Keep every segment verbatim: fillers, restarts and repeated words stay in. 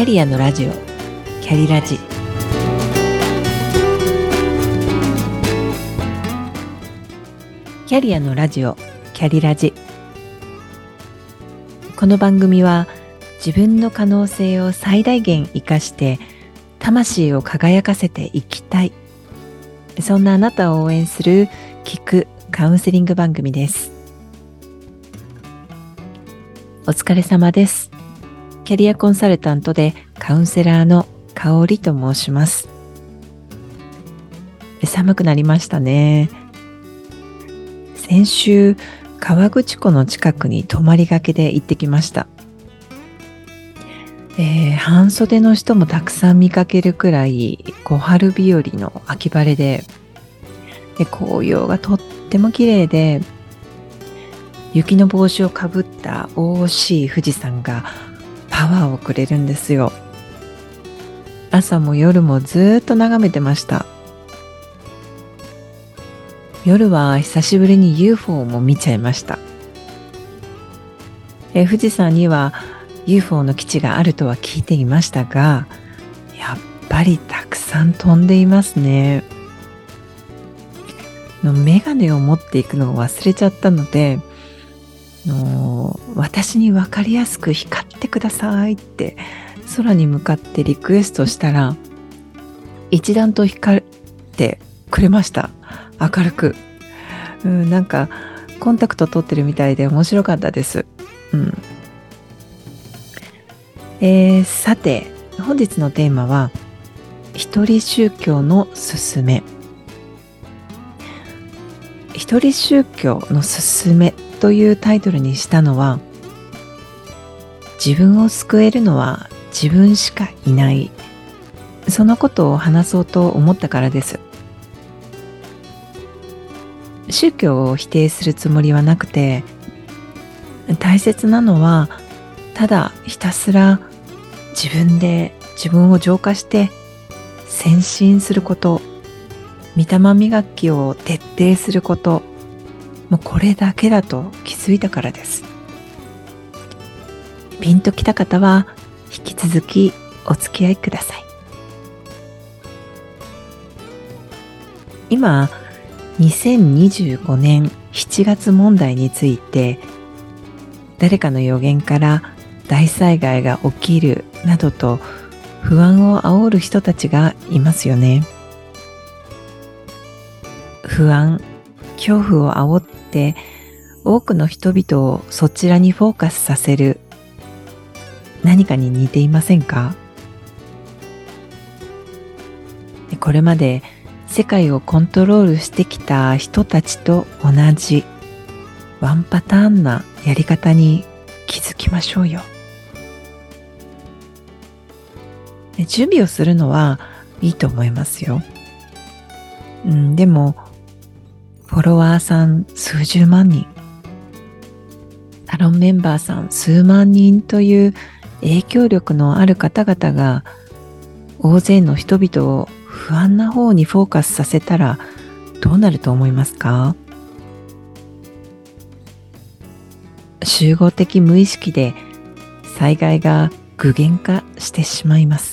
キャリアのラジオ、キャリラジ。キャリアのラジオ、キャリラジ。この番組は自分の可能性を最大限生かして魂を輝かせていきたい、そんなあなたを応援する聞くカウンセリング番組です。お疲れ様です。キャリアコンサルタントでカウンセラーのかおりと申します。寒くなりましたね。先週、河口湖の近くに泊まりがけで行ってきました。えー、半袖の人もたくさん見かけるくらい小春日和の秋晴れで、で紅葉がとっても綺麗で、雪の帽子をかぶった大しい富士山がパワーをくれるんですよ。朝も夜もずっと眺めてました。夜は久しぶりに ユーフォー も見ちゃいました。え富士山には ユーフォー の基地があるとは聞いていましたが、やっぱりたくさん飛んでいますね。のメガネを持っていくのを忘れちゃったので、の私に分かりやすく光ってくださいって空に向かってリクエストしたら、一段と光ってくれました。明るく、うん、なんかコンタクト取ってるみたいで面白かったです。うんえー、さて本日のテーマは一人宗教のすすめ。一人宗教のすすめというタイトルにしたのは、自分を救えるのは自分しかいない、そのことを話そうと思ったからです。宗教を否定するつもりはなくて、大切なのはただひたすら自分で自分を浄化して潜心すること、御霊磨きを徹底すること、もうこれだけだと気づいたからです。ピンときた方は引き続きお付き合いください。今にせんにじゅうごねんしちがつ問題について、誰かの予言から大災害が起きるなどと不安を煽る人たちがいますよね。不安、恐怖を煽って多くの人々をそちらにフォーカスさせる、何かに似ていませんか？これまで世界をコントロールしてきた人たちと同じワンパターンなやり方に気づきましょうよ。準備をするのはいいと思いますよ。うん、でもフォロワーさん数十万人、サロンメンバーさん数万人という影響力のある方々が大勢の人々を不安な方にフォーカスさせたらどうなると思いますか？集合的無意識で災害が具現化してしまいます。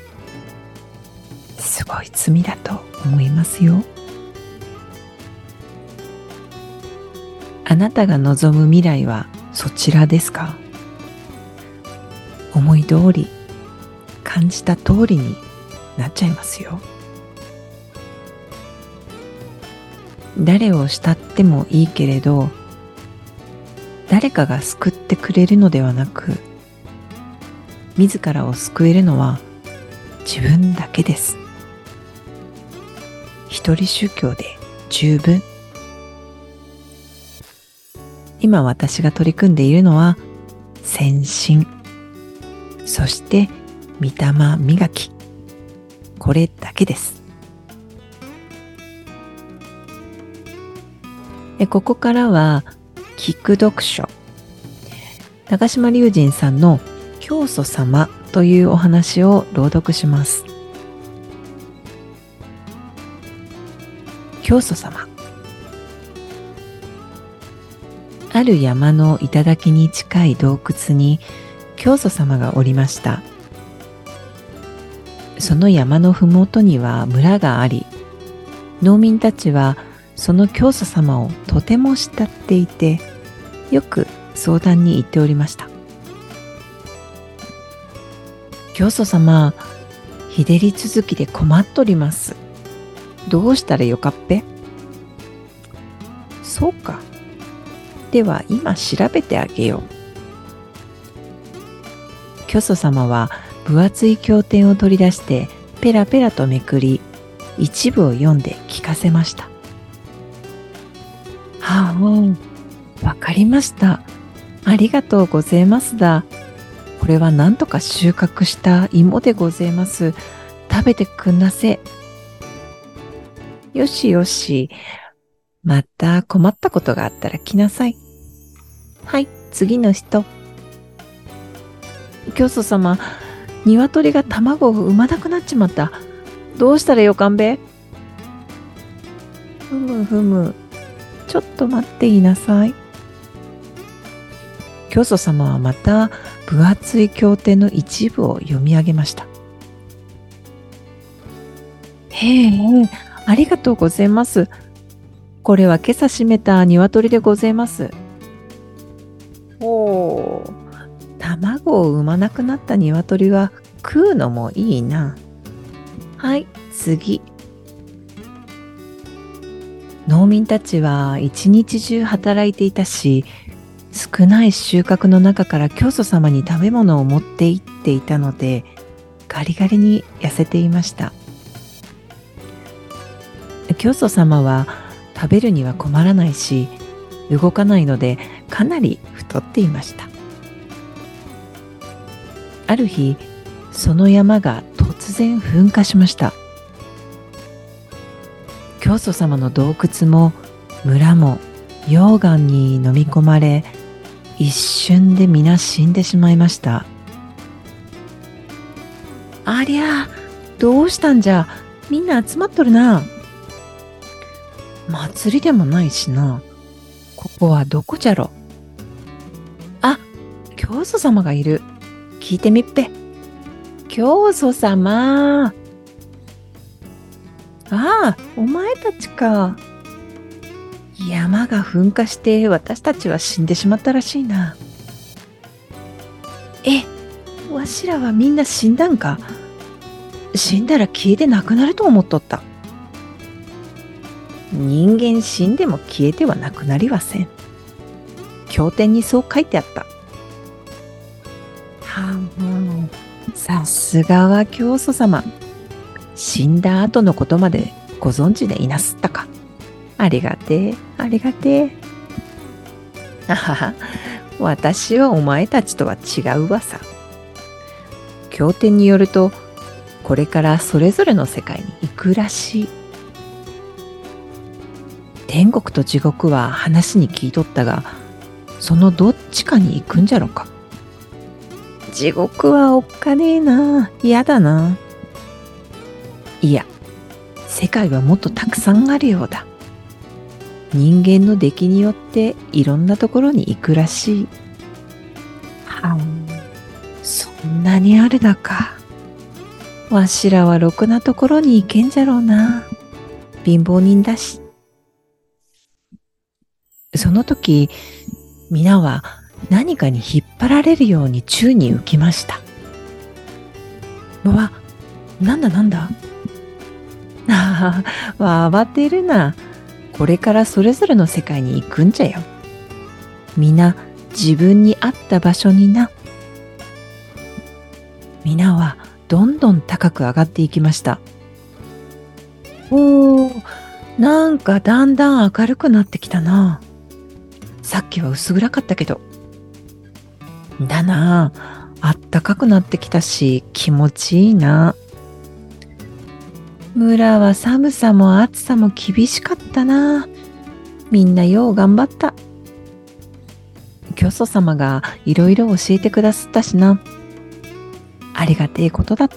すごい罪だと思いますよ。あなたが望む未来はそちらですか？思い通り、感じた通りになっちゃいますよ。誰を慕ってもいいけれど、誰かが救ってくれるのではなく、自らを救えるのは自分だけです。一人宗教で十分。今私が取り組んでいるのは潜心、そして御霊磨き、これだけです。ここからは聞く読書、長島隆仁さんの教祖様というお話を朗読します。教祖様。ある山の頂に近い洞窟に教祖様がおりました。 その山のふもとには村があり、農民たちはその教祖様をとても慕っていて、よく相談に行っておりました。教祖様、日照り続きで困っとります。どうしたらよかっぺ？そうか。では今調べてあげよう。教祖様は分厚い経典を取り出してペラペラとめくり、一部を読んで聞かせました。はあ、わかりました。ありがとうございますだ。これはなんとか収穫した芋でございます。食べてくんなせ。よしよし。また困ったことがあったら来なさい。はい、次の人。教祖様、鶏が卵を産まなくなっちまった。どうしたらよかんべ？ふむふむ。ちょっと待っていなさい。教祖様はまた分厚い経典の一部を読み上げました。へえ、ありがとうございます。これは今朝締めた鶏でございます。おー、卵を産まなくなった鶏は食うのもいいな。はい、次。農民たちは一日中働いていたし、少ない収穫の中から教祖様に食べ物を持って行っていたので、ガリガリに痩せていました。教祖様は食べるには困らないし、動かないのでかなり太っていました。ある日、その山が突然噴火しました。教祖様の洞窟も村も溶岩に飲み込まれ、一瞬で皆死んでしまいました。ありゃ、どうしたんじゃ。みんな集まっとるな。祭りでもないしな。ここはどこじゃろ。あ、教祖様がいる。聞いてみっぺ。教祖様。ああ、お前たちか。山が噴火して私たちは死んでしまったらしいな。え、わしらはみんな死んだんか。死んだら消えてなくなると思っとった。人間死んでも消えてはなくなりはせん。経典にそう書いてあった。はあ、もう、さすがは教祖様。死んだ後のことまでご存知でいなすったか。ありがてえ、ありがてえ。あはは、私はお前たちとは違うわさ。経典によると、これからそれぞれの世界に行くらしい。天国と地獄は話に聞いとったが、そのどっちかに行くんじゃろか。地獄はおっかねえな、嫌だな。いや、世界はもっとたくさんあるようだ。人間の出来によっていろんなところに行くらしい。はあ、そんなにあるだか。わしらはろくなところに行けんじゃろうな。貧乏人だし。その時、皆は何かに引っ張られるように宙に浮きました。うわ、なんだなんだ。ああ、慌てるな。これからそれぞれの世界に行くんじゃよ。皆自分に合った場所にな。皆はどんどん高く上がっていきました。おー、なんかだんだん明るくなってきたな。さっきは薄暗かったけど。だなあ、あったかくなってきたし気持ちいいな。村は寒さも暑さも厳しかったな。みんなよう頑張った。教祖様がいろいろ教えてくださったしな。ありがてえことだった。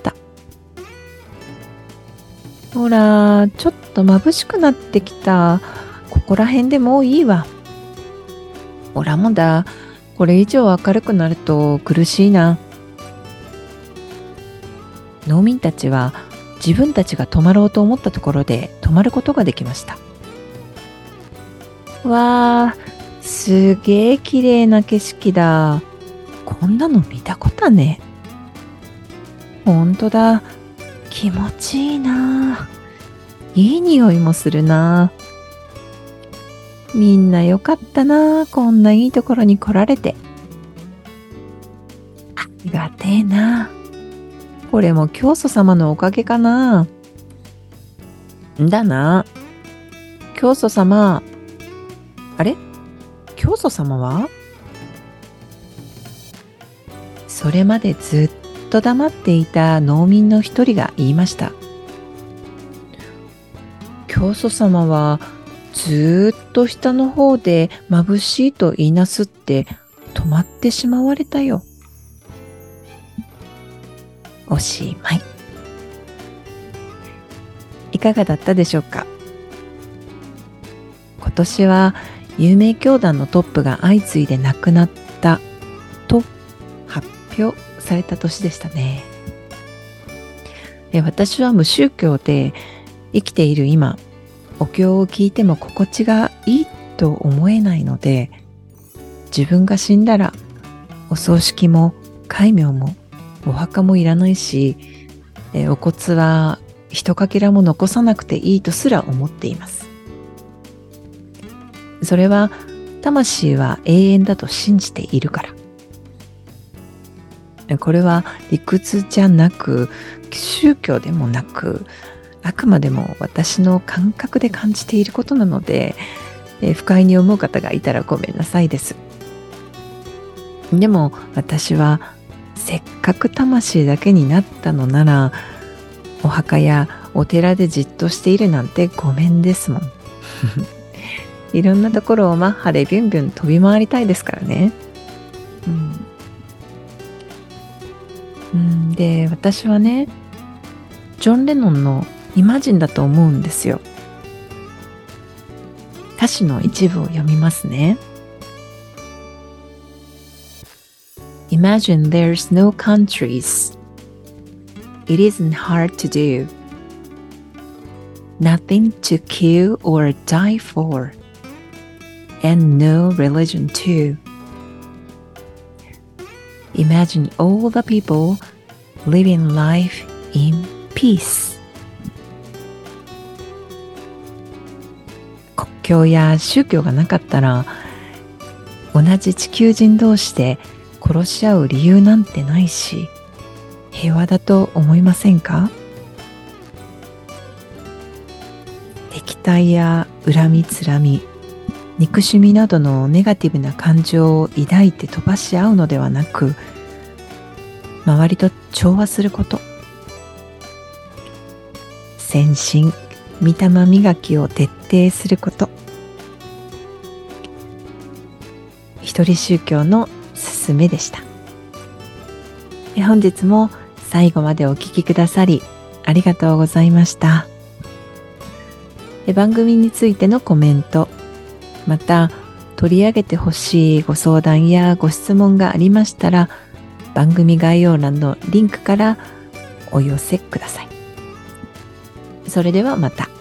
ほら、ちょっと眩しくなってきた。ここら辺でもういいわ。おらもだ。これ以上明るくなると苦しいな。 農民たちは自分たちが泊まろうと思ったところで泊まることができました。わー、すげー綺麗な景色だ。こんなの見たことね。ほんとだ。気持ちいいな。いい匂いもするな。みんなよかったな。こんないいところに来られて。ありがてえな。これも教祖様のおかげかな。んだな。教祖様。あれ？教祖様は？それまでずっと黙っていた農民の一人が言いました。教祖様はずっと下の方で眩しいと言いなすって止まってしまわれたよ。おしまい。いかがだったでしょうか。今年は有名教団のトップが相次いで亡くなったと発表された年でしたね。私は無宗教で生きている今、お経を聞いても心地がいいと思えないので、自分が死んだらお葬式も戒名もお墓もいらないし、お骨は一かけらも残さなくていいとすら思っています。それは魂は永遠だと信じているから。これは理屈じゃなく、宗教でもなく、あくまでも私の感覚で感じていることなので、え不快に思う方がいたらごめんなさいです。でも私はせっかく魂だけになったのなら、お墓やお寺でじっとしているなんてごめんですもん。いろんなところをマッハでビュンビュン飛び回りたいですからね。うん、うんで、私はね、ジョン・レノンのイマジンだと思うんですよ。歌詞の一部を読みますね。Imagine there's no countries. It isn't hard to do. Nothing to kill or die for. And no religion too. Imagine all the people living life in peace. 国境や宗教がなかったら、同じ地球人同士で殺し合う理由なんてないし、平和だと思いませんか？敵対や恨みつらみ、憎しみなどのネガティブな感情を抱いて飛ばし合うのではなく、周りと調和すること。先進、御霊磨きを徹底すること。一人宗教のすすめでした。本日も最後までお聞きくださりありがとうございました。番組についてのコメント、また取り上げてほしいご相談やご質問がありましたら、番組概要欄のリンクからお寄せください。それではまた。